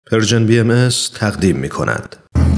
پرژن BMS تقدیم می کند.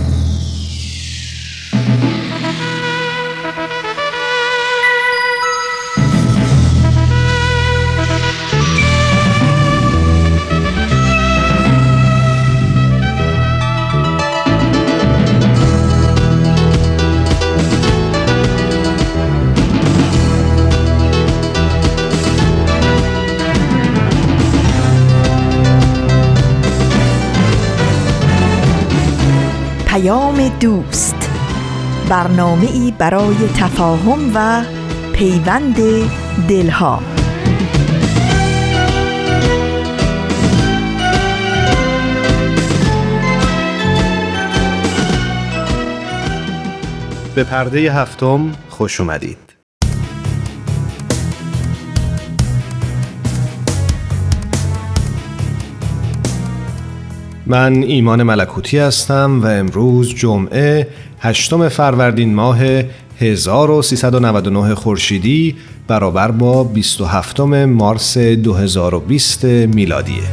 دوست، برنامه‌ای برای تفاهم و پیوند دلها. به پرده هفتم خوش اومدید. من ایمان ملکوتی هستم و امروز جمعه 8 فروردین ماه 1399 خورشیدی برابر با 27 مارس 2020 میلادیه.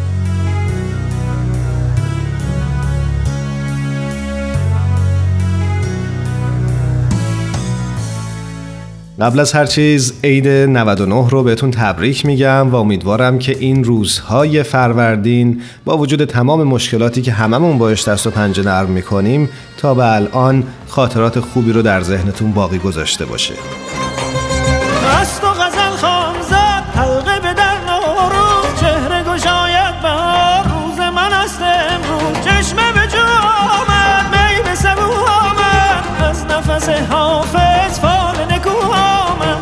قبل از هر چیز عید 99 رو بهتون تبریک میگم و امیدوارم که این روزهای فروردین با وجود تمام مشکلاتی که هممون باش دست و پنجه نرم میکنیم تا به الان خاطرات خوبی رو در ذهنتون باقی گذاشته باشه. مست و غزل خام زد حلقه به در نوروز، چهره گشاید بهار، روز من است امروز. چشمه به جو آمد، می به سبو آمد، از نفس حافظ فال نکو آمد.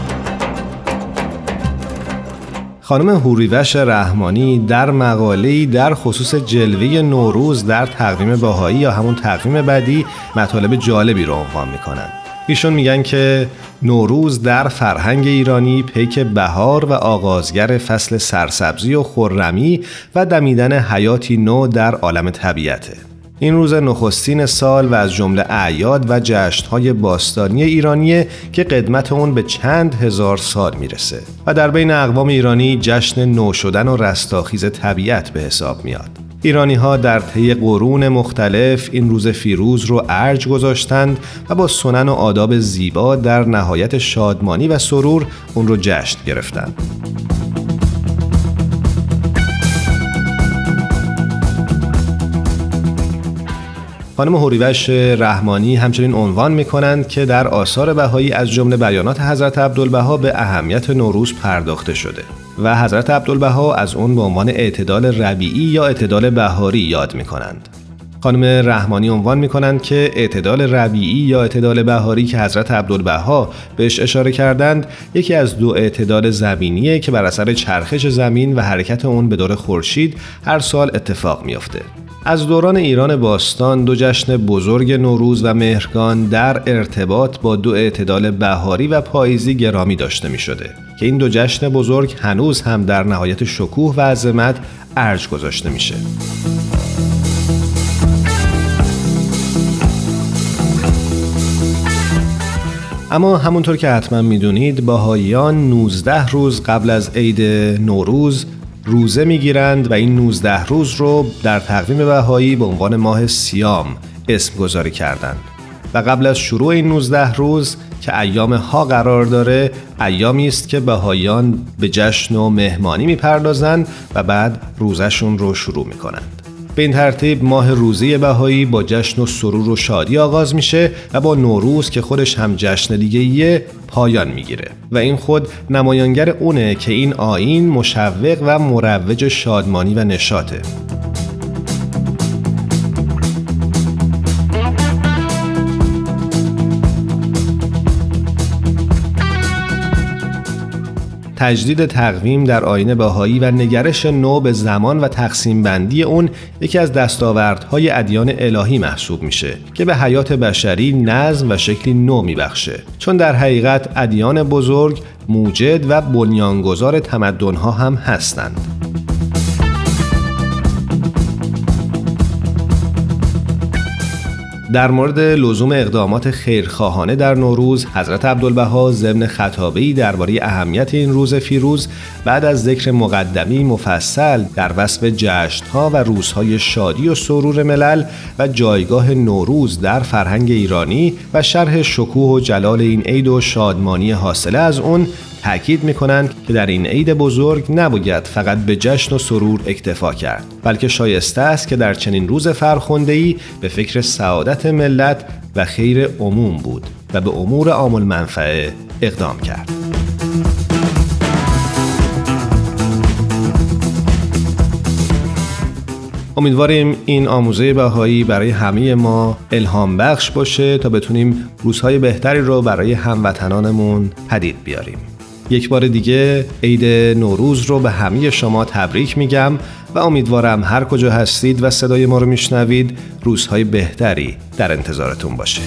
خانم هوریوش رحمانی در مقاله‌ای در خصوص جلوه نوروز در تقویم بهایی یا همون تقویم بدی مطالب جالبی رو عنوان میکنن. ایشون میگن که نوروز در فرهنگ ایرانی پیک بهار و آغازگر فصل سرسبزی و خرمی و دمیدن حیاتی نو در عالم طبیعته. این روز نخستین سال و از جمله اعیاد و جشن‌های باستانی ایرانیه که قدمت اون به چند هزار سال میرسه و در بین اقوام ایرانی جشن نو شدن و رستاخیز طبیعت به حساب میاد. ایرانی‌ها در طی قرون مختلف این روز فیروز رو ارج گذاشتند و با سنن و آداب زیبا در نهایت شادمانی و سرور اون رو جشن گرفتند. خانم هوریوش رحمانی همچنین عنوان می‌کنند که در آثار بهایی از جمله بیانات حضرت عبدالبها به اهمیت نوروز پرداخته شده و حضرت عبدالبها از اون به عنوان اعتدال ربیعی یا اعتدال بهاری یاد می‌کنند. خانم رحمانی عنوان می‌کنند که اعتدال ربیعی یا اعتدال بهاری که حضرت عبدالبها بهش اشاره کردند یکی از دو اعتدال زمینیه که بر اثر چرخش زمین و حرکت اون به دور خورشید هر سال اتفاق می‌افته. از دوران ایران باستان دو جشن بزرگ نوروز و مهرگان در ارتباط با دو اعتدال بهاری و پاییزی گرامی داشته می شده که این دو جشن بزرگ هنوز هم در نهایت شکوه و عظمت ارج گذاشته میشه. اما همونطور که حتما میدونید بهاییان 19 روز قبل از عید نوروز روزه میگیرند و این 19 روز رو در تقویم بهایی به عنوان ماه صیام اسم گذاری کردند و قبل از شروع این 19 روز که ایام ها قرار داره ایامی است که بهاییان به جشن و مهمانی میپردازند و بعد روزشون رو شروع میکنند. به این ترتیب ماه روزه بهایی با جشن و سرور و شادی آغاز میشه و با نوروز که خودش هم جشن دیگه‌ایه پایان میگیره و این خود نمایانگر اونه که این آیین مشوق و مروج شادمانی و نشاطه. تجدید تقویم در آیین بهایی و نگرش نو به زمان و تقسیم بندی اون یکی از دستاوردهای ادیان الهی محسوب میشه که به حیات بشری نظم و شکلی نو میبخشه، چون در حقیقت ادیان بزرگ موجد و بنیانگذار تمدن‌ها هم هستند. در مورد لزوم اقدامات خیرخواهانه در نوروز، حضرت عبدالبها ضمن خطابه‌ای درباره اهمیت این روز فیروز بعد از ذکر مقدمی مفصل در وصف جشن‌ها و روزهای شادی و سرور ملل و جایگاه نوروز در فرهنگ ایرانی و شرح شکوه و جلال این عید و شادمانی حاصله از اون، تأکید می‌کنند که در این عید بزرگ نباید فقط به جشن و سرور اکتفا کرد، بلکه شایسته است که در چنین روز فرخنده‌ای به فکر سعادت ملت و خیر عموم بود و به امور عام المنفعه اقدام کرد. امیدواریم این آموزه بهایی برای همه ما الهام بخش باشه تا بتونیم روزهای بهتری رو برای هموطنانمون پدید بیاریم. یک بار دیگه عید نوروز رو به همه شما تبریک میگم و امیدوارم هر کجا هستید و صدای ما رو میشنوید روزهای بهتری در انتظارتون باشه.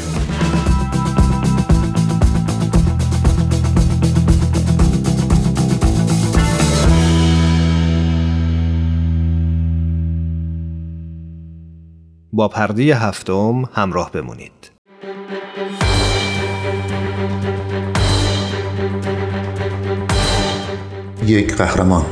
با پرده هفتم همراه بمونید. یک قهرمان.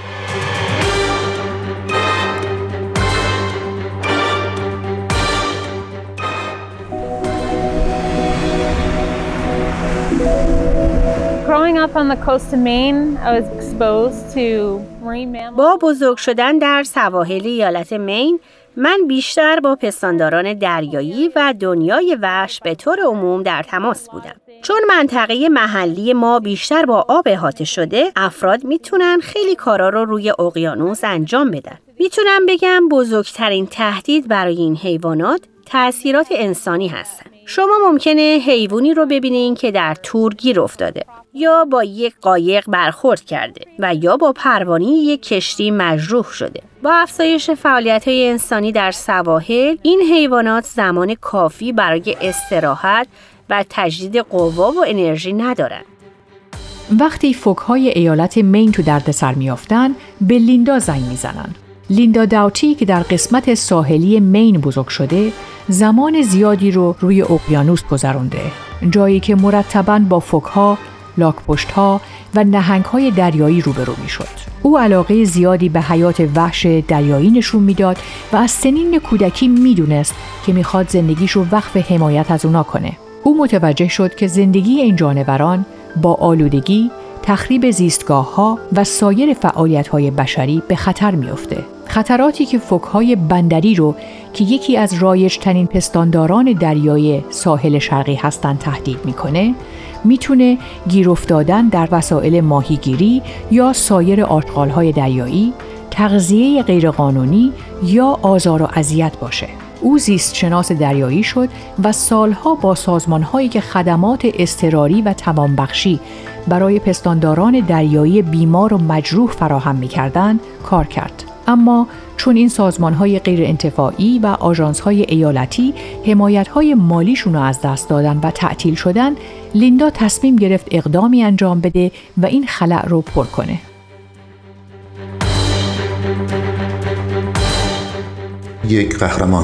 با بزرگ شدن در سواحل ایالت مین، من بیشتر با پستانداران دریایی و دنیای وحش به طور عموم در تماس بودم. چون منطقه محلی ما بیشتر با آب احاطه شده، افراد میتونن خیلی کارا رو روی اقیانوس انجام بدن. میتونم بگم بزرگترین تهدید برای این حیوانات تأثیرات انسانی هستن. شما ممکنه حیوانی رو ببینین که در تور گیر افتاده، یا با یک قایق برخورد کرده و یا با پروانه یک کشتی مجروح شده. با افزایش فعالیت‌های انسانی در سواحل، این حیوانات زمان کافی برای استراحت و تجدید قوا و انرژی ندارن. وقتی فوک‌های ایالت مین تو دردسر میافتن، به لیندا زنگ میزنن. لیندا داوتی که در قسمت ساحلی مین بزرگ شده، زمان زیادی رو روی اقیانوس گذرونده، جایی که مرتباً با فوک‌ها، لاک‌پشت‌ها و نهنگ‌های دریایی روبرو می‌شد. او علاقه زیادی به حیات وحش دریایی نشون میداد و از سنین کودکی میدونست که میخواد زندگیشو وقف حمایت از اونا کنه. او متوجه شد که زندگی این جانوران با آلودگی، تخریب زیستگاه‌ها و سایر فعالیت‌های بشری به خطر میفته. خطراتی که فوک‌های بندری رو که یکی از رایج‌ترین پستانداران دریایی ساحل شرقی هستند تهدید میکنه، میتونه گیر افتادن در وسایل ماهیگیری یا سایر آشغال‌های دریایی، تغذیه غیرقانونی یا آزار و اذیت باشه. او زیستشناس دریایی شد و سالها با سازمان‌هایی که خدمات اضطراری و توانبخشی برای پستانداران دریایی بیمار و مجروح فراهم می‌کردند کار کرد. اما چون این سازمان‌های غیر انتفاعی و آژانس‌های ایالتی حمایت‌های مالیشون رو از دست دادن و تعطیل شدن، لیندا تصمیم گرفت اقدامی انجام بده و این خلأ رو پر کنه. یک قهرمان.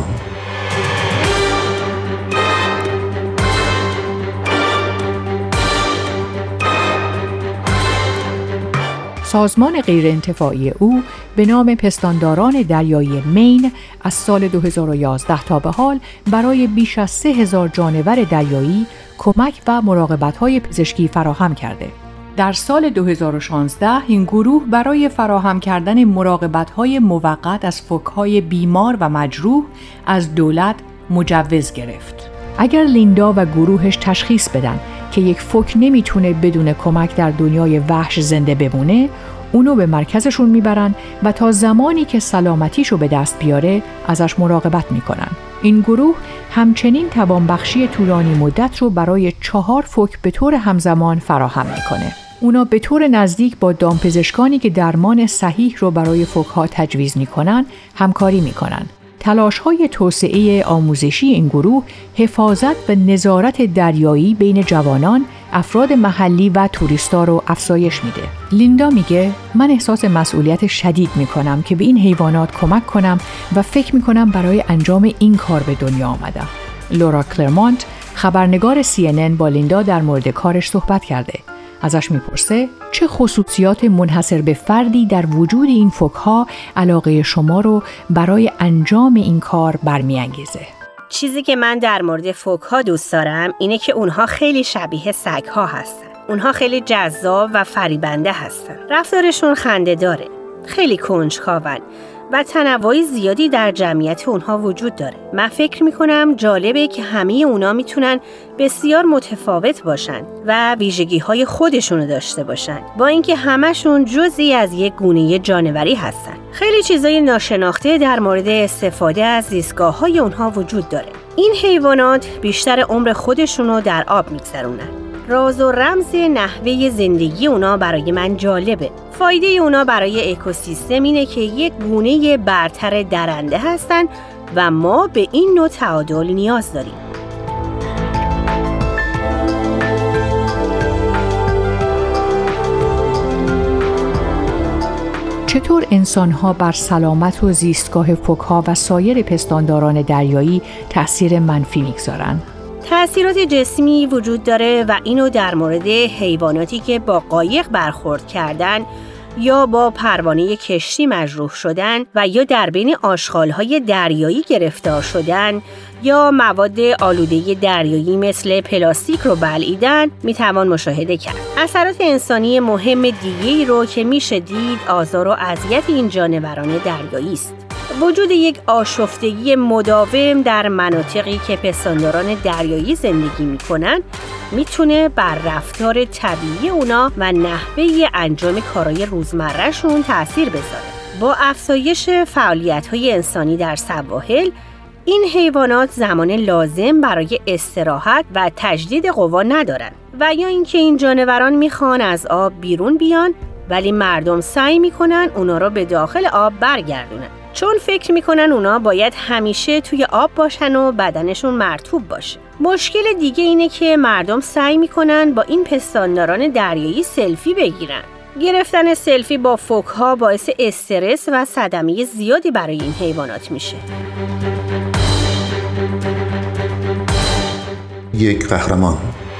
سازمان غیرانتفاعی او به نام پستانداران دریایی مین از سال 2011 تا به حال برای بیش از 3000 جانور دریایی کمک و مراقبت‌های پزشکی فراهم کرده. در سال 2016 این گروه برای فراهم کردن مراقبت‌های موقت از فوک‌های بیمار و مجروح از دولت مجوز گرفت. اگر لیندا و گروهش تشخیص بدن که یک فوک نمیتونه بدون کمک در دنیای وحش زنده بمونه، اونو به مرکزشون میبرن و تا زمانی که سلامتیشو به دست بیاره ازش مراقبت میکنن. این گروه همچنین توانبخشی طولانی مدت رو برای 4 فوک به طور همزمان فراهم میکنه. اونا به طور نزدیک با دامپزشکانی که درمان صحیح رو برای فوک‌ها تجویز میکنن همکاری میکنن. تلاش‌های توسعه آموزشی این گروه حفاظت و نظارت دریایی بین جوانان، افراد محلی و توریستا رو افزایش میده. لیندا میگه من احساس مسئولیت شدید میکنم که به این حیوانات کمک کنم و فکر میکنم برای انجام این کار به دنیا آمدم. لورا کلرمونت، خبرنگار CNN با لیندا در مورد کارش صحبت کرده. ازش میپرسه چه خصوصیات منحصر به فردی در وجود این فوک‌ها علاقه شما رو برای انجام این کار برمی‌انگیزه؟ چیزی که من در مورد فوک‌ها دوست دارم اینه که اونها خیلی شبیه سگ‌ها هستن. اونها خیلی جذاب و فریبنده هستن. رفتارشون خنده‌داره. خیلی کنجکاون و تنوع زیادی در جمعیت اونها وجود داره. من فکر میکنم جالبه که همه اونا میتونن بسیار متفاوت باشن و ویژگی‌های خودشونو داشته باشن، با اینکه همشون جزئی از یک گونه جانوری هستن. خیلی چیزای ناشناخته در مورد استفاده از زیستگاه‌های اونها وجود داره. این حیوانات بیشتر عمر خودشونو در آب میگذرونن. راز و رمز نحوه زندگی اونا برای من جالبه. فایده اونا برای اکوسیستم اینه که یک گونه برتر درنده هستن و ما به این نوع تعادل نیاز داریم. چطور انسان‌ها بر سلامت و زیستگاه فوک‌ها و سایر پستانداران دریایی تأثیر منفی می‌گذارن؟ تأثیرات جسمی وجود داره و اینو در مورد حیواناتی که با قایق برخورد کردن یا با پروانه کشتی مجروح شدن و یا در بین آشغال‌های دریایی گرفتار شدن یا مواد آلوده دریایی مثل پلاستیک رو بلعیدن میتوان مشاهده کرد. اثرات انسانی مهم دیگه‌ای رو که میشه دید آزار و اذیت این جانوران دریایی است. وجود یک آشفتگی مداوم در مناطقی که پستانداران دریایی زندگی میکنن میتونه بر رفتار طبیعی اونا و نحوه انجام کارهای روزمرهشون تأثیر بذاره. با افزایش فعالیت‌های انسانی در سواحل، این حیوانات زمان لازم برای استراحت و تجدید قوا ندارن و یا اینکه این جانوران میخوان از آب بیرون بیان ولی مردم سعی میکنن اونا رو به داخل آب برگردونن، چون فکر میکنن اونا باید همیشه توی آب باشن و بدنشون مرطوب باشه. مشکل دیگه اینه که مردم سعی میکنن با این پستانداران دریایی سلفی بگیرن. گرفتن سلفی با فوک‌ها باعث استرس و صدمه زیادی برای این حیوانات میشه. یک قهرمان.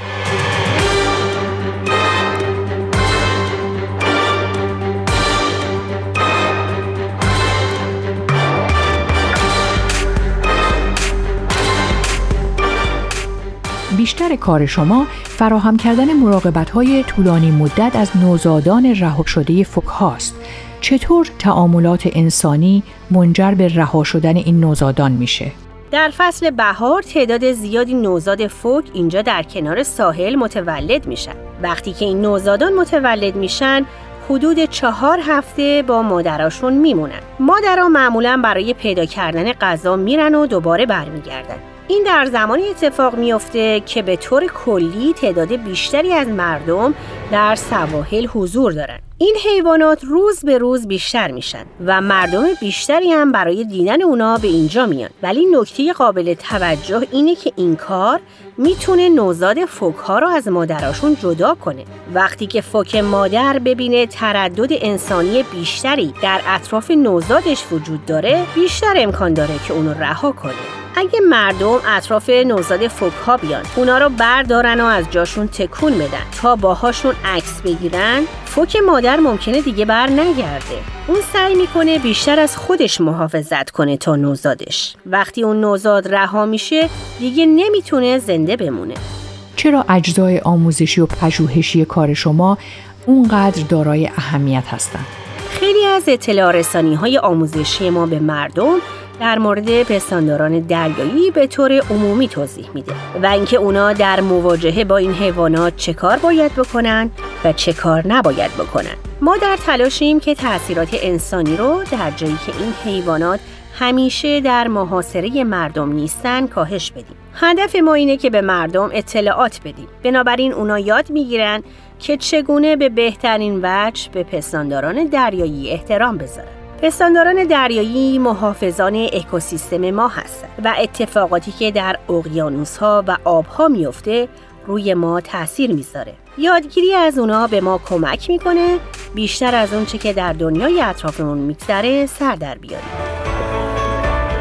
بیشتر کار شما فراهم کردن مراقبت‌های طولانی مدت از نوزادان رها شده فوک‌هاست. چطور تعاملات انسانی منجر به رها شدن این نوزادان میشه؟ در فصل بهار تعداد زیادی نوزاد فوک اینجا در کنار ساحل متولد میشن. وقتی که این نوزادان متولد میشن، حدود 4 هفته با مادراشون میمونن. مادرها معمولاً برای پیدا کردن غذا میرن و دوباره برمیگردن. این در زمانی اتفاق میفته که به طور کلی تعداد بیشتری از مردم در سواحل حضور دارن. این حیوانات روز به روز بیشتر میشن و مردم بیشتری هم برای دیدن اونا به اینجا میان. ولی نکته قابل توجه اینه که این کار میتونه نوزاد فوک‌ها رو از مادراشون جدا کنه. وقتی که فوک مادر ببینه تردد انسانی بیشتری در اطراف نوزادش وجود داره، بیشتر امکان داره که اونو رها کنه. اگه مردم اطراف نوزاد فوک‌ها بیان، اونا رو بردارن و از جاشون تکون بدن تا باهاشون عکس بگیرن، فوک مادر ممکنه دیگه بر نگرده. اون سعی میکنه بیشتر از خودش محافظت کنه تا نوزادش. وقتی اون نوزاد رها میشه، دیگه نمیتونه زنده بمونه. چرا اجزای آموزشی و پژوهشی کار شما اونقدر دارای اهمیت هستند؟ خیلی از اطلاع رسانی‌های آموزشی ما به مردم در مورد پستانداران دریایی به طور عمومی توضیح میده و اینکه اونا در مواجهه با این حیوانات چه کار باید بکنن و چه کار نباید بکنن. ما در تلاشیم که تأثیرات انسانی رو در جایی که این حیوانات همیشه در محاصره مردم نیستن کاهش بدیم. هدف ما اینه که به مردم اطلاعات بدیم. بنابراین اونا یاد میگیرن که چگونه به بهترین وجه به پستانداران دریایی احترام بذارن. پستانداران دریایی محافظان اکوسیستم ما هستند و اتفاقاتی که در اقیانوس‌ها و آب‌ها میفته روی ما تأثیر میذاره. یادگیری از اونا به ما کمک میکنه بیشتر از اون چه که در دنیای اطرافمون میگذره سر در بیاریم.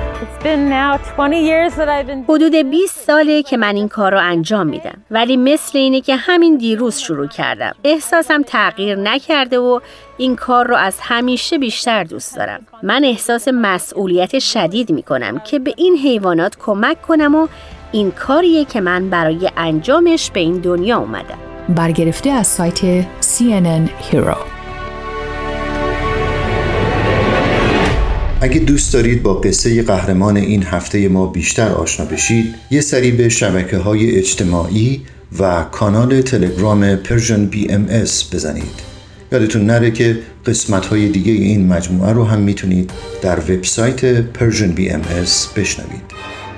حدود 20 ساله که من این کار رو انجام میدم، ولی مثل اینه که همین دیروز شروع کردم. احساسم تغییر نکرده و این کار رو از همیشه بیشتر دوست دارم. من احساس مسئولیت شدید میکنم که به این حیوانات کمک کنم و این کاریه که من برای انجامش به این دنیا اومدم. برگرفته از سایت CNN Hero. اگه دوست دارید با قصه قهرمان این هفته ما بیشتر آشنا بشید، یه سری به شبکه‌های اجتماعی و کانال تلگرام پرژن BMS بزنید. یادتون نره که قسمت‌های دیگه این مجموعه رو هم میتونید در وبسایت پرژن BMS بشنوید.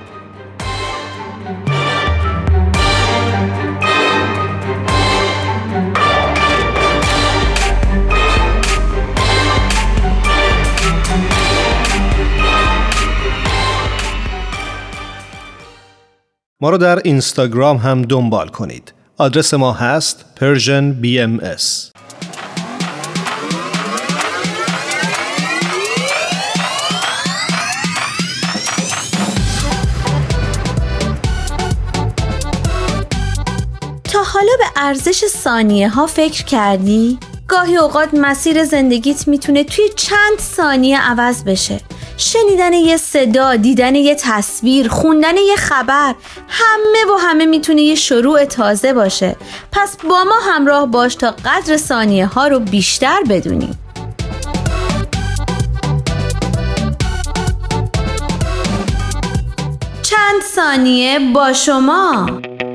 ما رو در اینستاگرام هم دنبال کنید. آدرس ما هست Persian BMS. تا حالا به ارزش ثانیه ها فکر کردی؟ گاهی اوقات مسیر زندگیت میتونه توی چند ثانیه عوض بشه. شنیدن یه صدا، دیدن یه تصویر، خوندن یه خبر، همه میتونه یه شروع تازه باشه. پس با ما همراه باش تا قدر ثانیه ها رو بیشتر بدونیم. چند ثانیه با شما.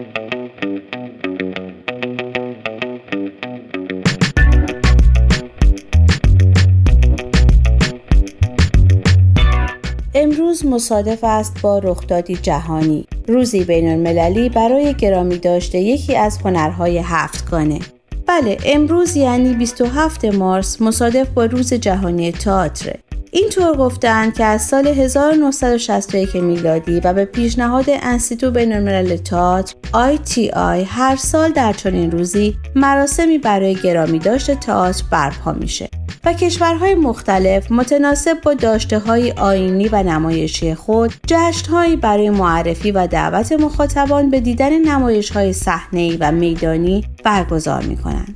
امروز مصادف است با رخدادی جهانی، روزی بین‌المللی برای گرامی داشته یکی از هنرهای هفتگانه. بله، امروز یعنی 27 مارس مصادف با روز جهانی تئاتر. اینطور گفتند که از سال 1961 میلادی و به پیشنهاد انستیتو بین‌الملل تئاتر ITI هر سال در چنین روزی مراسمی برای گرامی داشته تئاتر برپا میشه و کشورهای مختلف متناسب با داشته‌های آیینی و نمایشی خود جشن‌هایی برای معرفی و دعوت مخاطبان به دیدن نمایش‌های صحنه‌ای و میدانی برگزار می‌کنند.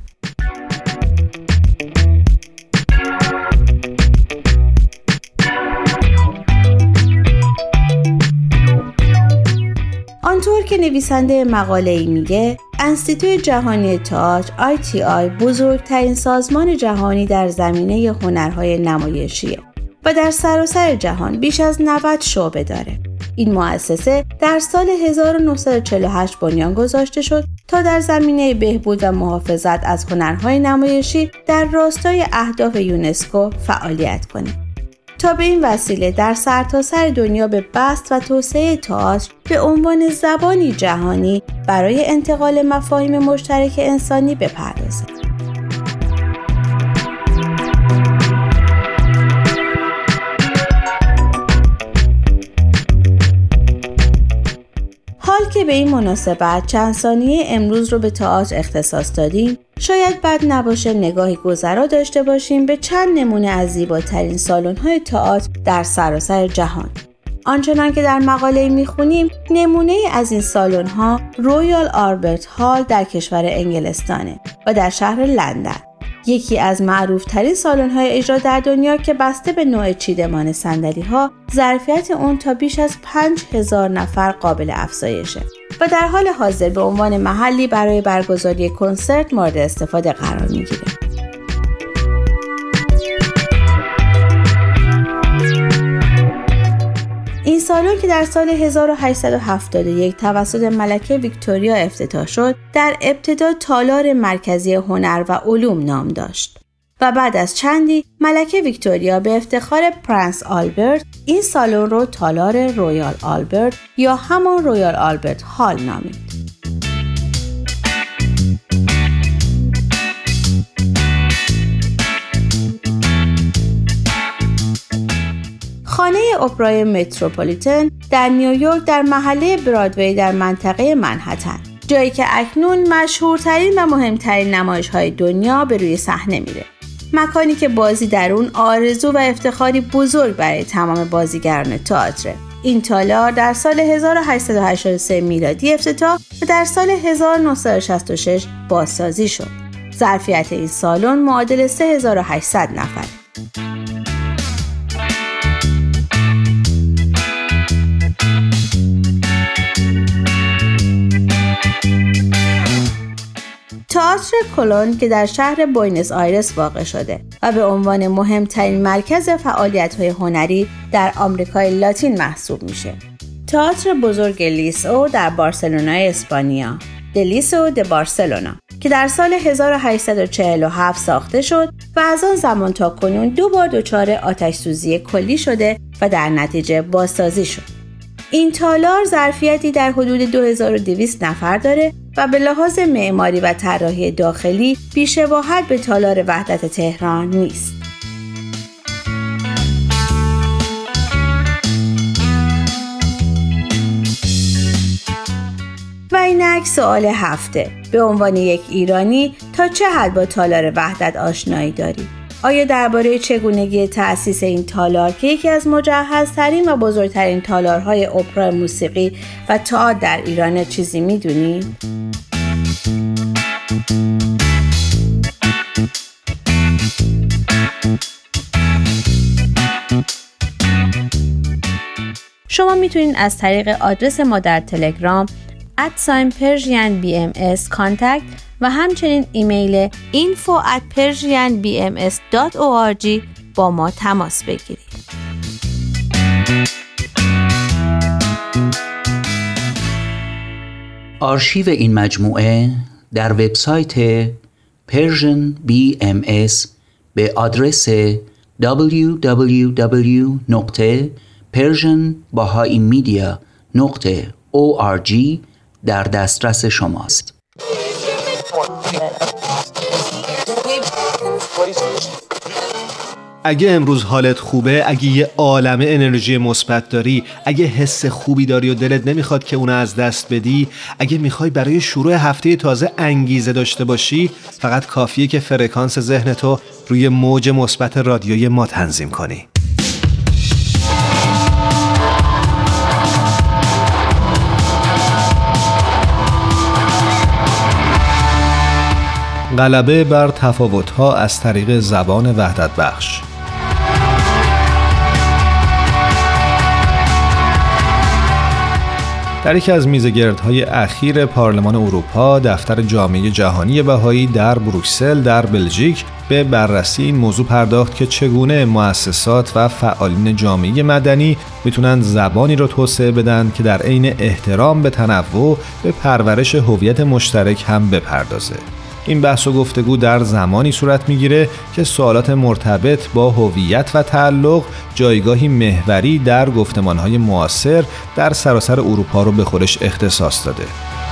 آنطور که نویسنده مقاله‌ای میگه، انستیتوی جهانی تئاتر ITI بزرگترین سازمان جهانی در زمینه هنرهای نمایشیه و در سراسر جهان بیش از 90 شعبه داره. این مؤسسه در سال 1948 بنیان گذاشته شد تا در زمینه بهبود و محافظت از هنرهای نمایشی در راستای اهداف یونسکو فعالیت کنه. تا به این وسیله در سرتاسر دنیا به بسط و توسعه تئاتر به عنوان زبانی جهانی برای انتقال مفاهیم مشترک انسانی بپردازه. حال که به این مناسبت چند ثانیه امروز رو به تئاتر اختصاص دادیم، شاید بد نباشه نگاهی گذرا داشته باشیم به چند نمونه از زیباترین سالن‌های تئاتر در سراسر جهان. آنچنان که در مقاله میخونیم، نمونه از این سالن‌ها رویال آلبرت هال در کشور انگلستانه و در شهر لندن، یکی از معروف‌ترین سالن‌های اجرا در دنیا که بسته به نوع چیدمان صندلی‌ها ظرفیت اون تا بیش از 5000 نفر قابل افزایشه و در حال حاضر به عنوان محلی برای برگزاری کنسرت مورد استفاده قرار می‌گیره. این سالن که در سال 1871 توسط ملکه ویکتوریا افتتاح شد، در ابتدا تالار مرکزی هنر و علوم نام داشت و بعد از چندی ملکه ویکتوریا به افتخار پرنس آلبرت این سالن رو تالار رویال آلبرت یا همان رویال آلبرت هال نامید. خانه اپرای متروپولیتن در نیویورک در محله برادوی در منطقه منهتن، جایی که اکنون مشهورترین و مهمترین نمایش‌های دنیا به روی صحنه میره. مکانی که بازی در اون آرزو و افتخاری بزرگ برای تمام بازیگران تئاتر. این تالار در سال 1883 میلادی افتتاح و در سال 1966 بازسازی شد. ظرفیت این سالن معادل 3800 نفر. تئاتر کلون که در شهر بوینس آیرس واقع شده و به عنوان مهمترین مرکز فعالیت‌های هنری در آمریکای لاتین محسوب میشه. تئاتر بزرگ لیسو در بارسلونای اسپانیا، لیسو د بارسلونا، که در سال 1847 ساخته شد و از آن زمان تا کنون 2 بار دچار آتش سوزی کلی شده و در نتیجه بازسازی شد. این تالار ظرفیتی در حدود 2200 نفر داره و به لحاظ معماری و طراحی داخلی بی‌شباهت به تالار وحدت تهران نیست. و اینک سوال هفته. به عنوان یک ایرانی تا چه حد با تالار وحدت آشنایی داری؟ آیا درباره چگونگی تأسیس این تالار که یکی از مجهزترین و بزرگترین تالارهای اپرا موسیقی و تئاتر در ایران چیزی میدونی؟ شما میتونید از طریق آدرس ما در تلگرام @persianbms کانتکت و همچنین ایمیل info@persianbms.org با ما تماس بگیرید. آرشیو این مجموعه در وبسایت Persian BMS به آدرس www.persianbahaimedia.org در دسترس شماست. اگه امروز حالت خوبه، اگه یه عالمه انرژی مثبت داری، اگه حس خوبی داری و دلت نمیخواد که اونو از دست بدی، اگه میخوای برای شروع هفته تازه انگیزه داشته باشی، فقط کافیه که فرکانس ذهنتو روی موج مثبت رادیوی ما تنظیم کنی. غلبه بر تفاوت‌ها از طریق زبان وحدت بخش. در یکی از میزگردهای اخیر پارلمان اروپا، دفتر جامعه جهانی بهایی در بروکسل در بلژیک به بررسی این موضوع پرداخت که چگونه مؤسسات و فعالین جامعه مدنی میتونن زبانی رو توسعه بدن که در عین احترام به تنوع به پرورش هویت مشترک هم بپردازه. این بحث و گفتگو در زمانی صورت میگیره که سوالات مرتبط با هویت و تعلق جایگاهی محوری در گفتمانهای معاصر در سراسر اروپا رو به خودش اختصاص داده.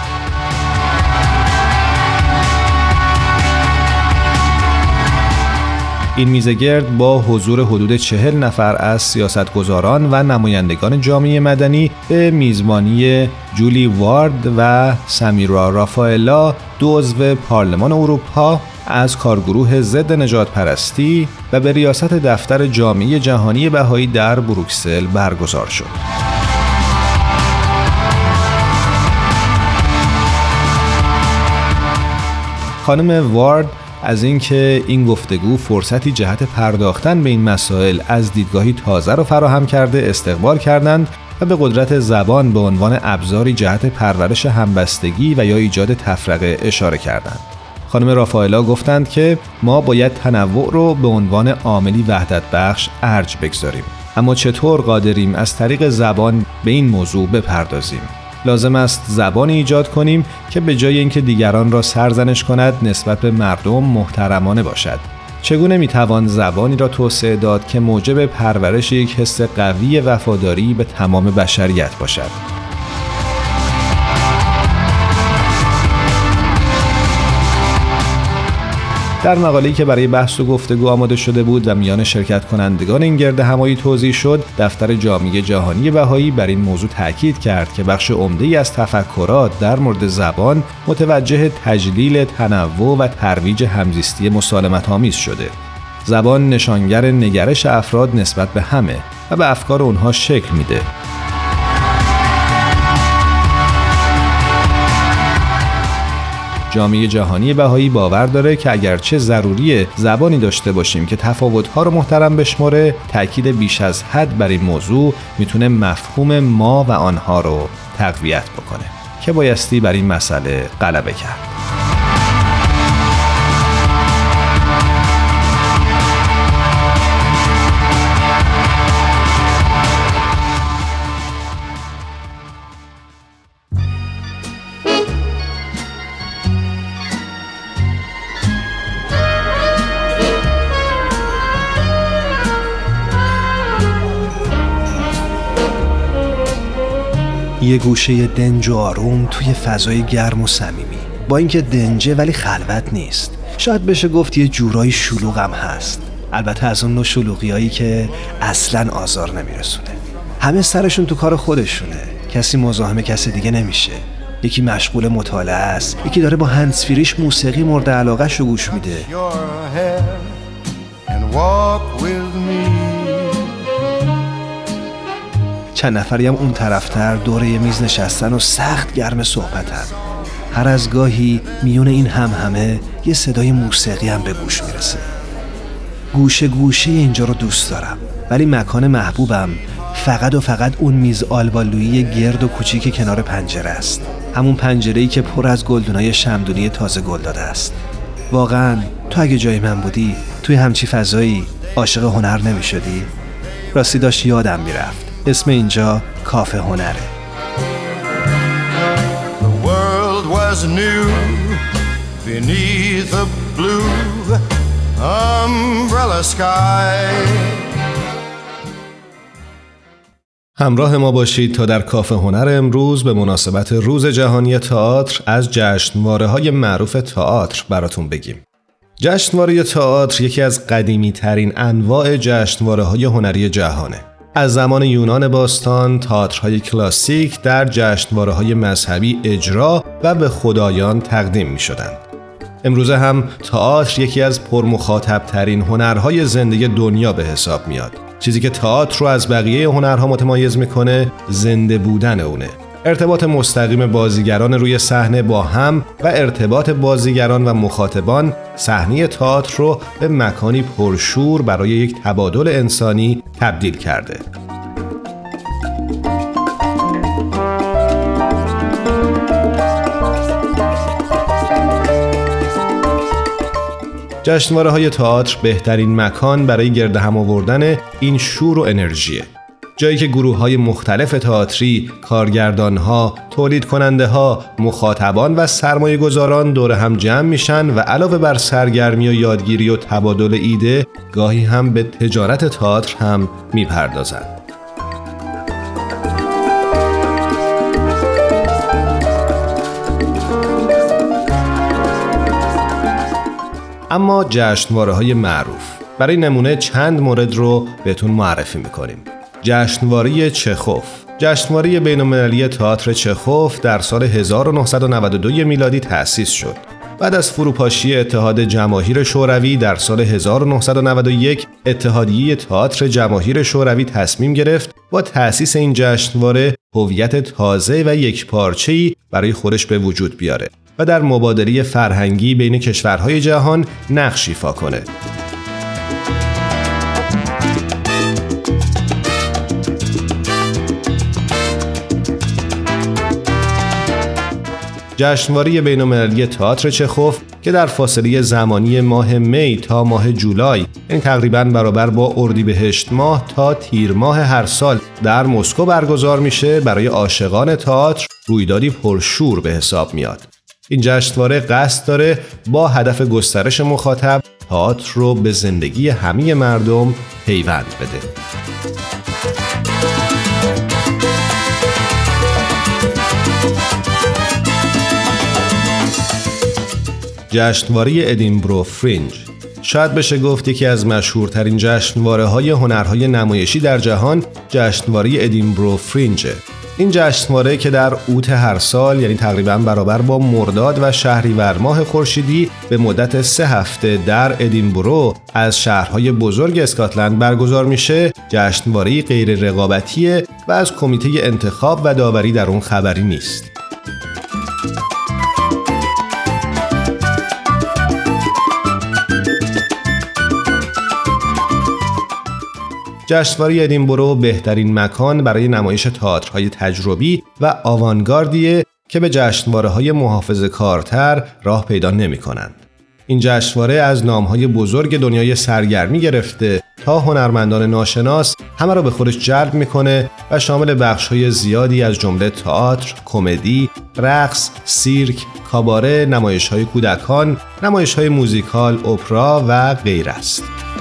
این میزگرد با حضور حدود 40 نفر از سیاستگزاران و نمایندگان جامعه مدنی به میزبانی جولی وارد و سمیرا رافائلا، دو عضو پارلمان اروپا از کارگروه ضد نژاد پرستی و به ریاست دفتر جامعه جهانی بهایی در بروکسل برگزار شد. خانم وارد از اینکه این گفتگو فرصتی جهت پرداختن به این مسائل از دیدگاهی تازه رو فراهم کرده استقبال کردند و به قدرت زبان به عنوان ابزاری جهت پرورش همبستگی و یا ایجاد تفرقه اشاره کردند. خانم رافائلا گفتند که ما باید تنوع رو به عنوان عاملی وحدت بخش ارج بگذاریم، اما چطور قادریم از طریق زبان به این موضوع بپردازیم؟ لازم است زبانی ایجاد کنیم که به جای اینکه دیگران را سرزنش کند نسبت به مردم محترمانه باشد. چگونه میتوان زبانی را توسعه داد که موجب پرورش یک حس قوی وفاداری به تمام بشریت باشد؟ در مقاله‌ای که برای بحث و گفتگو آماده شده بود و میان شرکت کنندگان این گرد همایی توزیع شد، دفتر جامعه جهانی بهایی بر این موضوع تاکید کرد که بخش عمده‌ای از تفکرات در مورد زبان متوجه تجلیل تنوع و ترویج همزیستی مسالمت‌آمیز شده. زبان نشانگر نگرش افراد نسبت به همه و به افکار اونها شکل میده. جامعه جهانی بهایی باور داره که اگرچه ضروریه زبانی داشته باشیم که تفاوت‌ها رو محترم بشماره، تأکید بیش از حد بر این موضوع میتونه مفهوم ما و آنها رو تقویت بکنه که بایستی بر این مسئله غلبه کرد. یه گوشه دنج و آروم توی فضای گرم و صمیمی، با اینکه دنجه ولی خلوت نیست. شاید بشه گفت یه جورایی شلوغ هم هست، البته از اون نوع شلوغیایی که اصلاً آزار نمیرسونه. همه سرشون تو کار خودشونه، کسی مزاحم کسی دیگه نمیشه. یکی مشغول مطالعه است، یکی داره با هندزفریش موسیقی مورد علاقه‌ش رو گوش میده. چند نفری هم اون طرفتر دور یه میز نشستن و سخت گرم صحبتن. هر از گاهی میون این همه یه صدای موسیقی هم به گوش میرسه. گوشه گوشه اینجا رو دوست دارم، ولی مکان محبوبم فقط اون میز آلبالویی گرد و کوچیک کنار پنجره است. همون پنجره‌ای که پر از گلدونای شمعدونی تازه گل داده است. واقعاً تو اگه جای من بودی توی همچی فضایی عاشق هنر نمی‌شدی؟ راستی داشت یادم میرفت، اسم اینجا کافه هنره. The world was new beneath a blue umbrella sky. همراه ما باشید تا در کافه هنر امروز به مناسبت روز جهانی تئاتر از جشنواره‌های معروف تئاتر براتون بگیم. جشنواره تئاتر یکی از قدیمی ترین انواع جشنواره‌های هنری جهانه. از زمان یونان باستان تئاترهای کلاسیک در جشنواره‌های مذهبی اجرا و به خدایان تقدیم می‌شدند. امروزه هم تئاتر یکی از پرمخاطب‌ترین هنرهای زنده دنیا به حساب میاد. چیزی که تئاتر رو از بقیه هنرها متمایز میکنه زنده بودن اونه. ارتباط مستقیم بازیگران روی صحنه با هم و ارتباط بازیگران و مخاطبان صحنه تئاتر رو به مکانی پرشور برای یک تبادل انسانی تبدیل کرده. جشنواره‌های تئاتر بهترین مکان برای گرد هم آوردن این شور و انرژیه. جایی که گروه‌های مختلف تئاتری، کارگردان‌ها، تولید کننده‌ها، مخاطبان و سرمایه‌گذاران دور هم جمع میشن و علاوه بر سرگرمی و یادگیری و تبادل ایده، گاهی هم به تجارت تئاتر هم میپردازن. اما جشنواره‌های معروف، برای نمونه چند مورد رو بهتون معرفی می‌کنیم. جشنواره چخوف، جشنواره بین‌المللی تئاتر چخوف در سال 1992 میلادی تأسیس شد. بعد از فروپاشی اتحاد جماهیر شوروی در سال 1991 اتحادیه تئاتر جماهیر شوروی تصمیم گرفت با تأسیس این جشنواره هویت تازه و یکپارچه‌ای برای خودش به وجود بیاره و در مبادله فرهنگی بین کشورهای جهان نقش ایفا کنه. جشنواره بین‌المللی تئاتر چخوف که در فاصله زمانی ماه می تا ماه جولای، یعنی تقریباً برابر با اردیبهشت ماه تا تیر ماه هر سال در مسکو برگزار میشه، برای عاشقان تئاتر رویدادی پرشور به حساب میاد. این جشنواره قصد داره با هدف گسترش مخاطب تئاتر رو به زندگی همه مردم پیوند بده. جشنواره ادینبرو فرینج شاید بشه گفت یکی از مشهورترین جشنواره‌های هنرهای نمایشی در جهان جشنواره ادینبرو فرینجه. این جشنواره که در اوت هر سال، یعنی تقریباً برابر با مرداد و شهریور ماه خورشیدی، به مدت 3 هفته در ادینبرو از شهرهای بزرگ اسکاتلند برگزار میشه، جشنواره غیر رقابتیه و از کمیته انتخاب و داوری در اون خبری نیست. جشنواره ادینبرو بهترین مکان برای نمایش تئاترهای تجربی و آوانگاردیه که به جشنواره‌های محافظه‌کارتر راه پیدا نمی‌کنند. این جشنواره از نام‌های بزرگ دنیای سرگرمی گرفته تا هنرمندان ناشناس همه را به خودش جلب می‌کنه و شامل بخش‌های زیادی از جمله تئاتر، کمدی، رقص، سیرک، کاباره، نمایش‌های کودکان، نمایش‌های موزیکال، اپرا و غیره است.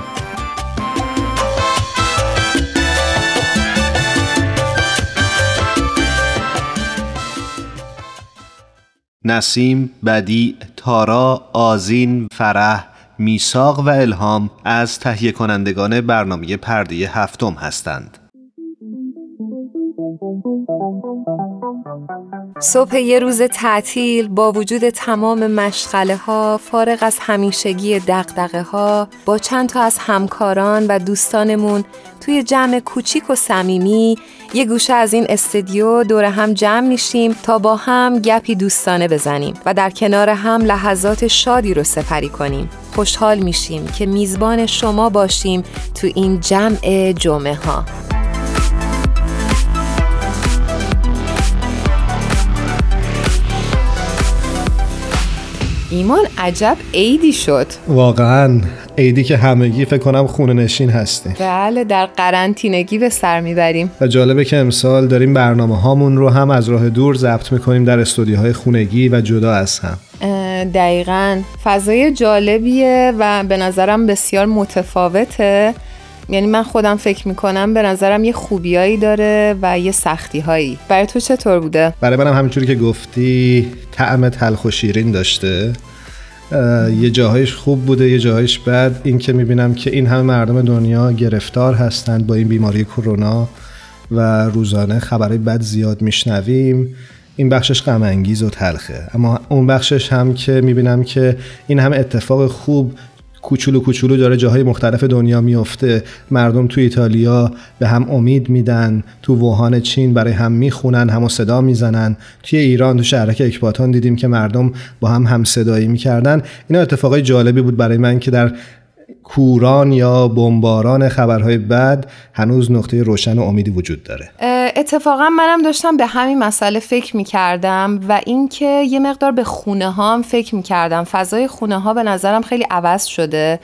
نسیم، بدیع، تارا، آذین، فرح، میثاق و الهام از تهیه کنندگان برنامه پرده هفتم هستند. صبح یه روز تعطیل با وجود تمام مشغله ها، فارغ از همیشگی دغدغه ها، با چند تا از همکاران و دوستانمون توی جمع کوچیک و صمیمی یه گوشه از این استودیو دور هم جمع میشیم تا با هم گپی دوستانه بزنیم و در کنار هم لحظات شادی رو سپری کنیم. خوشحال میشیم که میزبان شما باشیم تو این جمع جمعه ها. ایمان، عجب عیدی شد. واقعاً عیدی که همگی فکر کنم خونه نشین هستیم. بله، در قرنطینگی به سر میبریم. و جالبه که امسال داریم برنامه هامون رو هم از راه دور ضبط میکنیم در استودیوهای خونگی و جدا از هم. دقیقاً فضای جالبیه و به نظرم بسیار متفاوته. یعنی من خودم فکر میکنم به نظرم یه خوبیایی داره و یه سختی‌هایی. برای تو چطور بوده؟ برای منم همینجوری که گفتی طعم تلخ و شیرین داشته. یه جاهایش خوب بوده، یه جاهایش بد. این که میبینم که این همه مردم دنیا گرفتار هستند با این بیماری کرونا و روزانه خبرهای بد زیاد میشنویم، این بخشش غم انگیز و تلخه. اما اون بخشش هم که میبینم که این همه اتفاق خوب کوچولو کوچولو داره جاهای مختلف دنیا میفته. مردم تو ایتالیا به هم امید میدن، تو ووهان چین برای هم میخونن، همو صدا میزنن. توی ایران تو شهرک اکباتان دیدیم که مردم با هم صدایی میکردن. اینا اتفاقای جالبی بود برای من که در کوران یا بمباران خبرهای بد هنوز نقطه روشن و امیدی وجود داره. اتفاقا منم داشتم به همین مسئله فکر میکردم و اینکه یه مقدار به خونه ها هم فکر میکردم. فضای خونه ها به نظرم خیلی عوض شده.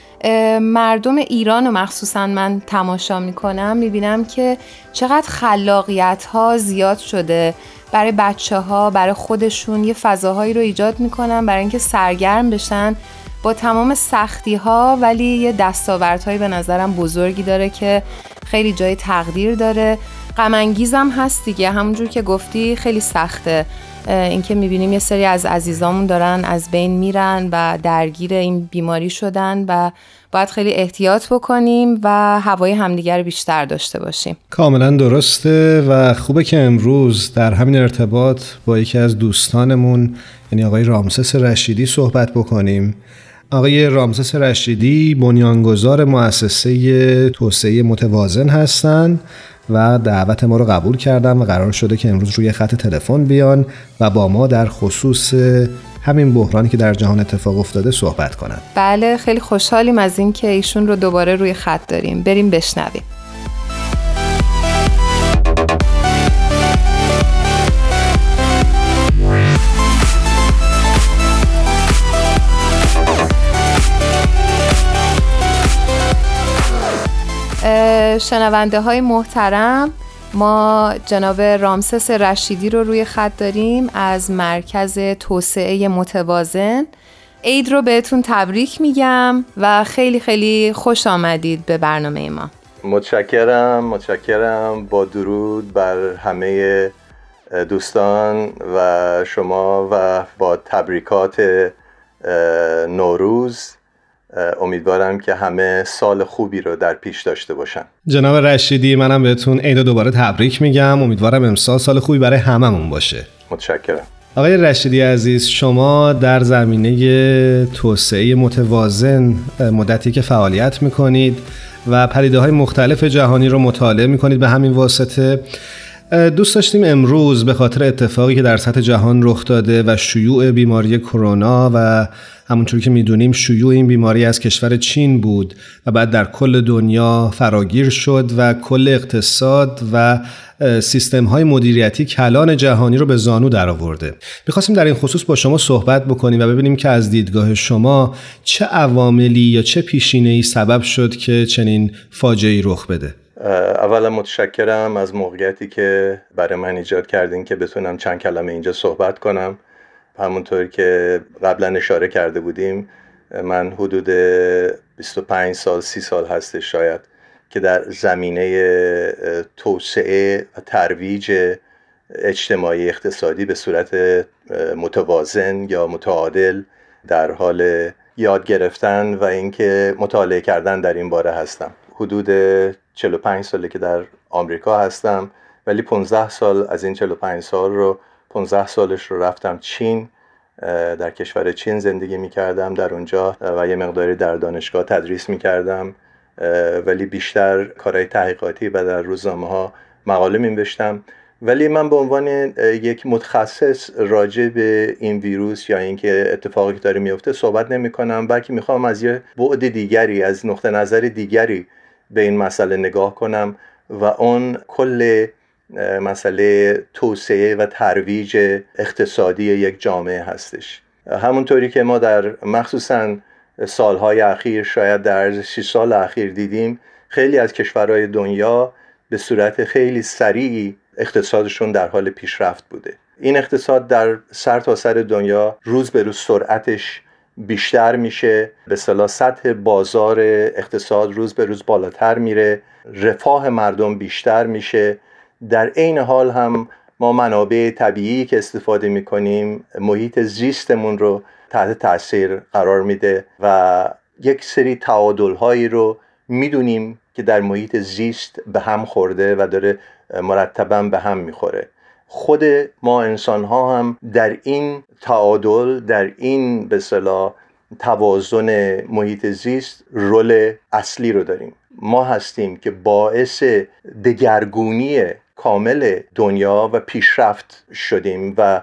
مردم ایران و مخصوصا من تماشا میکنم، میبینم که چقدر خلاقیت ها زیاد شده برای بچه ها، برای خودشون یه فضاهایی رو ایجاد میکنن برای اینکه سرگرم بشن با تمام سختی ها، ولی یه دستاوردهایی به نظرم بزرگی داره که خیلی جای تقدیر داره. غم انگیزم هست دیگه، همونجور که گفتی خیلی سخته اینکه میبینیم یه سری از عزیزامون دارن از بین میرن و درگیر این بیماری شدن و باید خیلی احتیاط بکنیم و هوای همدیگر بیشتر داشته باشیم. کاملا درسته و خوبه که امروز در همین ارتباط با یکی از دوستانمون یعنی آقای رامسس رشیدی صحبت بکنیم. آقای رامسس رشیدی بنیانگذار مؤسسه توسعه متوازن هستند و دعوت ما رو قبول کردن و قرار شده که امروز روی خط تلفن بیان و با ما در خصوص همین بحرانی که در جهان اتفاق افتاده صحبت کنن. بله، خیلی خوشحالیم از این که ایشون رو دوباره روی خط داریم. بریم بشنویم. شنونده های محترم، ما جناب رامسس رشیدی رو روی خط داریم از مرکز توسعه متوازن. عید رو بهتون تبریک میگم و خیلی خیلی خوش آمدید به برنامه ما. متشکرم. با درود بر همه دوستان و شما و با تبریکات نوروز. امیدوارم که همه سال خوبی رو در پیش داشته باشن. جناب رشیدی، منم بهتون عید دوباره تبریک میگم. امیدوارم امسال سال خوبی برای هممون باشه. متشکرم. آقای رشیدی عزیز، شما در زمینه توسعه متوازن مدتی که فعالیت میکنید و پدیده‌های مختلف جهانی رو مطالعه میکنید. به همین واسطه دوست داشتیم امروز به خاطر اتفاقی که در سطح جهان رخ داده و شیوع بیماری کرونا و همونطور که میدونیم شیوع این بیماری از کشور چین بود و بعد در کل دنیا فراگیر شد و کل اقتصاد و سیستم‌های مدیریتی کلان جهانی رو به زانو درآورده. می‌خواستیم در این خصوص با شما صحبت بکنیم و ببینیم که از دیدگاه شما چه عواملی یا چه پیشینه‌ای سبب شد که چنین فاجعه‌ای رخ بده. اولا متشکرم از موقعیتی که برای من ایجاد کردین که بتونم چند کلمه اینجا صحبت کنم. همونطور که قبلا اشاره کرده بودیم من حدود 25 سال 30 سال هستش شاید که در زمینه توسعه و ترویج اجتماعی اقتصادی به صورت متوازن یا متعادل در حال یاد گرفتن و اینکه مطالعه کردن در این باره هستم. حدود 45 ساله که در آمریکا هستم، ولی 15 سال از این 45 سال رو 15 سالش رو رفتم چین، در کشور چین زندگی می‌کردم در اونجا و یه مقداری در دانشگاه تدریس می‌کردم، ولی بیشتر کارهای تحقیقاتی و در روزنامه‌ها مقاله می‌نوشتم. ولی من به عنوان یک متخصص راجع به این ویروس یا اینکه اتفاقی که داره میفته صحبت نمی‌کنم، بلکه می‌خوام از یه بعد دیگری، از نقطه نظر دیگری به این مسئله نگاه کنم و اون کل مسئله توسعه و ترویج اقتصادی یک جامعه هستش. همونطوری که ما در مخصوصاً سالهای اخیر، شاید در 6 سال اخیر دیدیم، خیلی از کشورهای دنیا به صورت خیلی سریعی اقتصادشون در حال پیشرفت بوده. این اقتصاد در سرتاسر دنیا روز به روز سرعتش بیشتر میشه، به اصطلاح سطح بازار اقتصاد روز به روز بالاتر میره، رفاه مردم بیشتر میشه. در عین حال هم ما منابع طبیعی که استفاده میکنیم محیط زیستمون رو تحت تاثیر قرار میده و یک سری تعادل‌هایی رو میدونیم که در محیط زیست به هم خورده و داره مرتباً به هم میخوره. خود ما انسان‌ها هم در این تعادل، در این به اصطلاح توازن محیط زیست رول اصلی رو داریم. ما هستیم که باعث دگرگونی کامل دنیا و پیشرفت شدیم و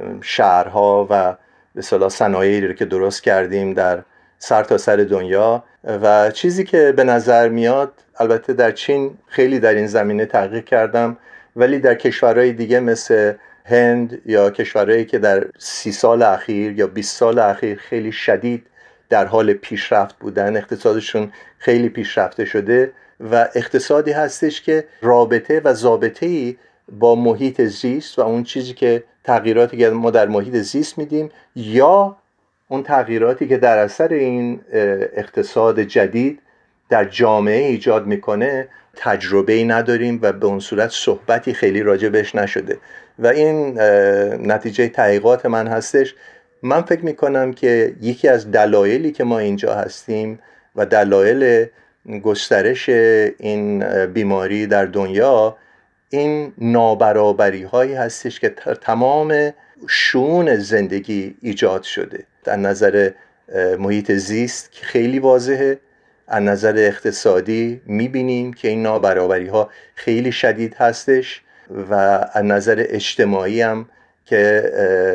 شهرها و به اصطلاح صنایعی رو که درست کردیم در سرتاسر دنیا. و چیزی که به نظر میاد، البته در چین خیلی در این زمینه تحقیق کردم، ولی در کشورهای دیگه مثل هند یا کشورهایی که در 30 سال اخیر یا 20 سال اخیر خیلی شدید در حال پیشرفت بودن، اقتصادشون خیلی پیشرفته شده و اقتصادی هستش که رابطه و ضابطه‌ای با محیط زیست و اون چیزی که تغییراتی که ما در محیط زیست میدیم یا اون تغییراتی که در اثر این اقتصاد جدید در جامعه ایجاد میکنه تجربه‌ای نداریم و به اون صورت صحبتی خیلی راجع بهش نشده و این نتیجه تحقیقات من هستش. من فکر میکنم که یکی از دلایلی که ما اینجا هستیم و دلایل گسترش این بیماری در دنیا این نابرابری هایی هستش که تمام شؤون زندگی ایجاد شده. در نظر محیط زیست که خیلی واضحه، از نظر اقتصادی میبینیم که این نابرابری ها خیلی شدید هستش و از نظر اجتماعی هم که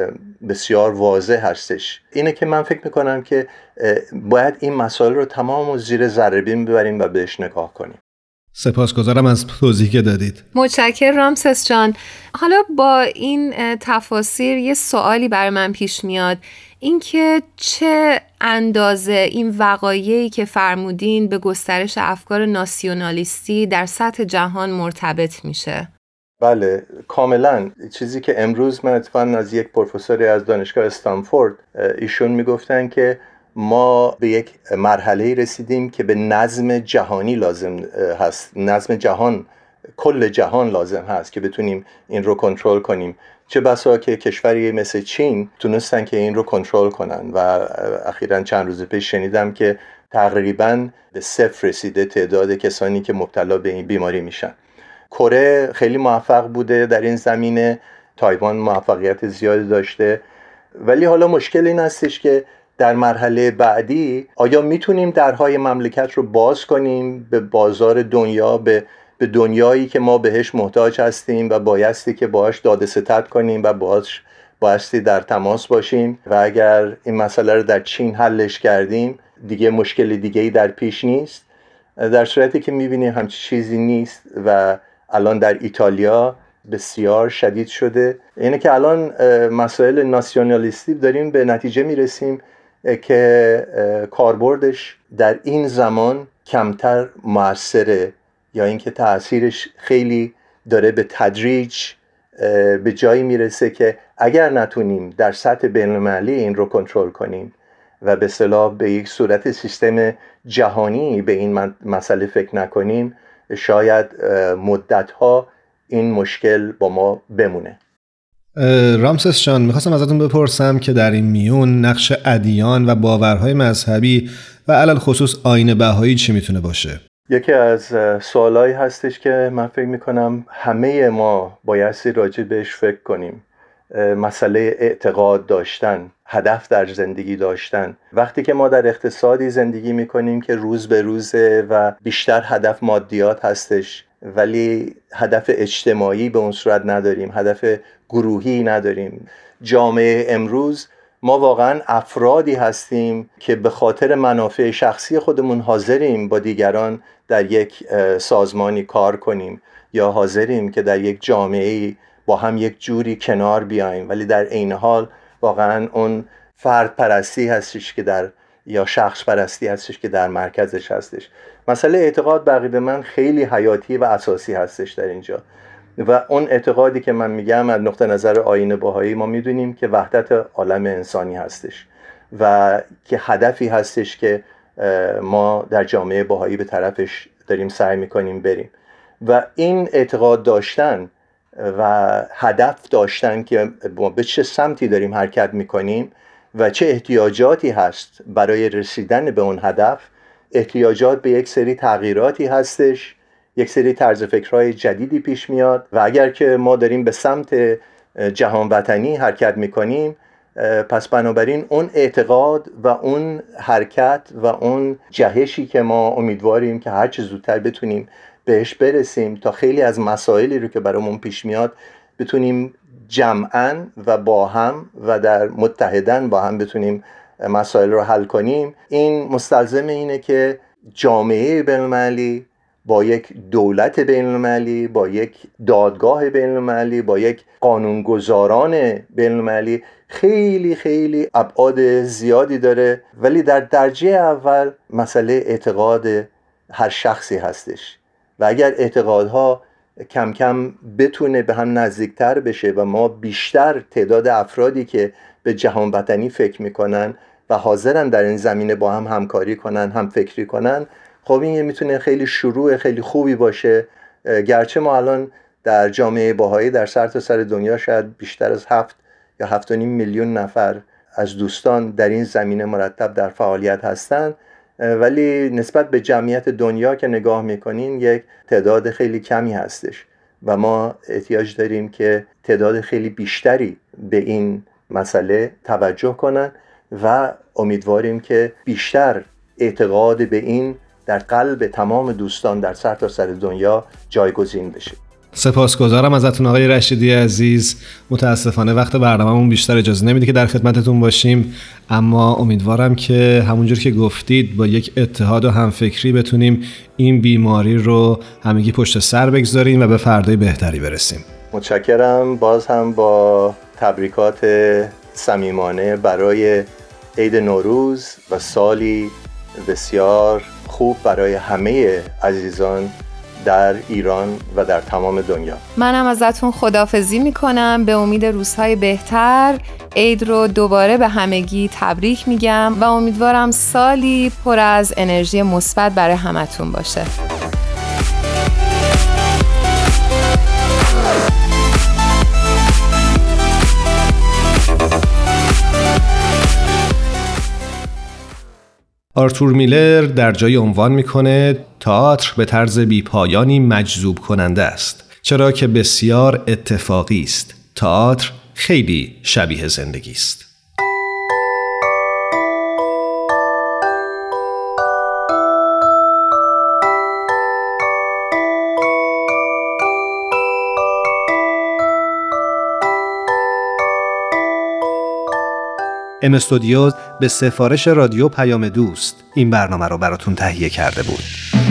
بسیار واضح هستش. اینه که من فکر میکنم که باید این مسائل رو تمام زیر ذره بین ببریم و بهش نگاه کنیم. سپاسگزارم از توضیحی که دادید. متشکرم رامسس جان. حالا با این تفاسیر یه سوالی برای من پیش میاد، اینکه چه اندازه این وقایعی که فرمودین به گسترش افکار ناسیونالیستی در سطح جهان مرتبط میشه؟ بله کاملا. چیزی که امروز من اتفاقا از یک پروفسوری از دانشگاه استنفورد ایشون میگفتن که ما به یک مرحله‌ای رسیدیم که به نظم جهانی لازم هست، نظم جهان، کل جهان لازم هست که بتونیم این رو کنترل کنیم. چه بسا که کشوری مثل چین تونستن که این رو کنترل کنن و اخیراً چند روز پیش شنیدم که تقریباً به 0 رسیده تعداد کسانی که مبتلا به این بیماری میشن. کره خیلی موفق بوده در این زمینه، تایوان موفقیت زیادی داشته، ولی حالا مشکل این هستش که در مرحله بعدی آیا میتونیم درهای مملکت رو باز کنیم به بازار دنیا، به به دنیایی که ما بهش محتاج هستیم و بایستی که باهاش داد و ستد کنیم و باهاش بایستی در تماس باشیم و اگر این مسئله رو در چین حلش کردیم دیگه مشکل دیگه‌ای در پیش نیست. در صورتی که می‌بینیم همچین چیزی نیست و الان در ایتالیا بسیار شدید شده، یعنی که الان مسائل ناسیونالیستی داریم به نتیجه میرسیم که کاربردش در این زمان کمتر موثره یا اینکه تأثیرش خیلی داره به تدریج به جایی میرسه که اگر نتونیم در سطح بین‌المللی این رو کنترل کنیم و به اصطلاح به یک صورت سیستم جهانی به این مسئله فکر نکنیم، شاید مدت‌ها این مشکل با ما بمونه. رامسس جان، میخواستم ازتون بپرسم که در این میون نقش ادیان و باورهای مذهبی و علل خصوص آیین بهایی چی میتونه باشه؟ یکی از سوالایی هستش که من فکر میکنم همه ما بایستی راجع بهش فکر کنیم. مسئله اعتقاد داشتن، هدف در زندگی داشتن. وقتی که ما در اقتصادی زندگی میکنیم که روز به روزه و بیشتر هدف مادیات هستش ولی هدف اجتماعی به اون صورت نداریم، هدف گروهی نداریم. جامعه امروز ما واقعا افرادی هستیم که به خاطر منافع شخصی خودمون حاضریم با دیگران در یک سازمانی کار کنیم یا حاضریم که در یک جامعه با هم یک جوری کنار بیایم، ولی در عین حال واقعا اون فرد پرستی هستش که یا شخص پرستی هستش که در مرکزش هستش. مسئله اعتقاد بقید من خیلی حیاتی و اساسی هستش در اینجا و اون اعتقادی که من میگم از نقطه نظر آیین بهایی ما میدونیم که وحدت عالم انسانی هستش و که هدفی هستش که ما در جامعه بهایی به طرفش داریم سعی میکنیم بریم و این اعتقاد داشتن و هدف داشتن که به چه سمتی داریم حرکت میکنیم و چه احتیاجاتی هست برای رسیدن به اون هدف. احتیاجات به یک سری تغییراتی هستش، یک سری طرز فکرهای جدیدی پیش میاد و اگر که ما داریم به سمت جهان وطنی حرکت میکنیم پس بنابراین اون اعتقاد و اون حرکت و اون جهشی که ما امیدواریم که هر چه زودتر بتونیم بهش برسیم تا خیلی از مسائلی رو که برامون پیش میاد بتونیم جمعاً و با هم و در متحداً با هم بتونیم مسائل رو حل کنیم. این مستلزم اینه که جامعه بین‌المللی با یک دولت بین‌المللی، با یک دادگاه بین‌المللی، با یک قانونگذاران بین‌المللی خیلی خیلی ابعاد زیادی داره، ولی در درجه اول مسئله اعتقاد هر شخصی هستش و اگر اعتقادها کم کم بتونه به هم نزدیکتر بشه و ما بیشتر تعداد افرادی که به جهان وطنی فکر میکنن و حاضرن در این زمینه با هم همکاری کنن، هم فکری کنن، خب این میتونه خیلی شروع خیلی خوبی باشه. گرچه ما الان در جامعه بهایی در سرتاسر دنیا شاید بیشتر از 7 یا 7.5 میلیون نفر از دوستان در این زمینه مرتب در فعالیت هستن، ولی نسبت به جمعیت دنیا که نگاه میکنین یک تعداد خیلی کمی هستش و ما احتیاج داریم که تعداد خیلی بیشتری به این مسئله توجه کنن و امیدواریم که بیشتر اعتقاد به این در قلب تمام دوستان در سرتاسر دنیا جایگزین بشه. سپاسگزارم ازتون آقای رشیدی عزیز. متاسفانه وقت برنامه‌مون بیشتر اجازه نمیده که در خدمتتون باشیم، اما امیدوارم که همونجور که گفتید با یک اتحاد و همفکری بتونیم این بیماری رو همگی پشت سر بگذاریم و به فردای بهتری برسیم. متشکرم. باز هم با تبریکات صمیمانه برای عید نوروز و سالی بسیار خوب برای همه عزیزان در ایران و در تمام دنیا. منم ازتون خداحافظی میکنم. به امید روزهای بهتر عید رو دوباره به همگی تبریک میگم و امیدوارم سالی پر از انرژی مثبت برای همتون باشه. آرتور میلر در جای عنوان میکنه تئاتر به طرز بیپایانی مجذوب کننده است، چرا که بسیار اتفاقی است. تئاتر خیلی شبیه زندگی است. ام استودیوز به سفارش رادیو پیام دوست این برنامه رو براتون تهیه کرده بود.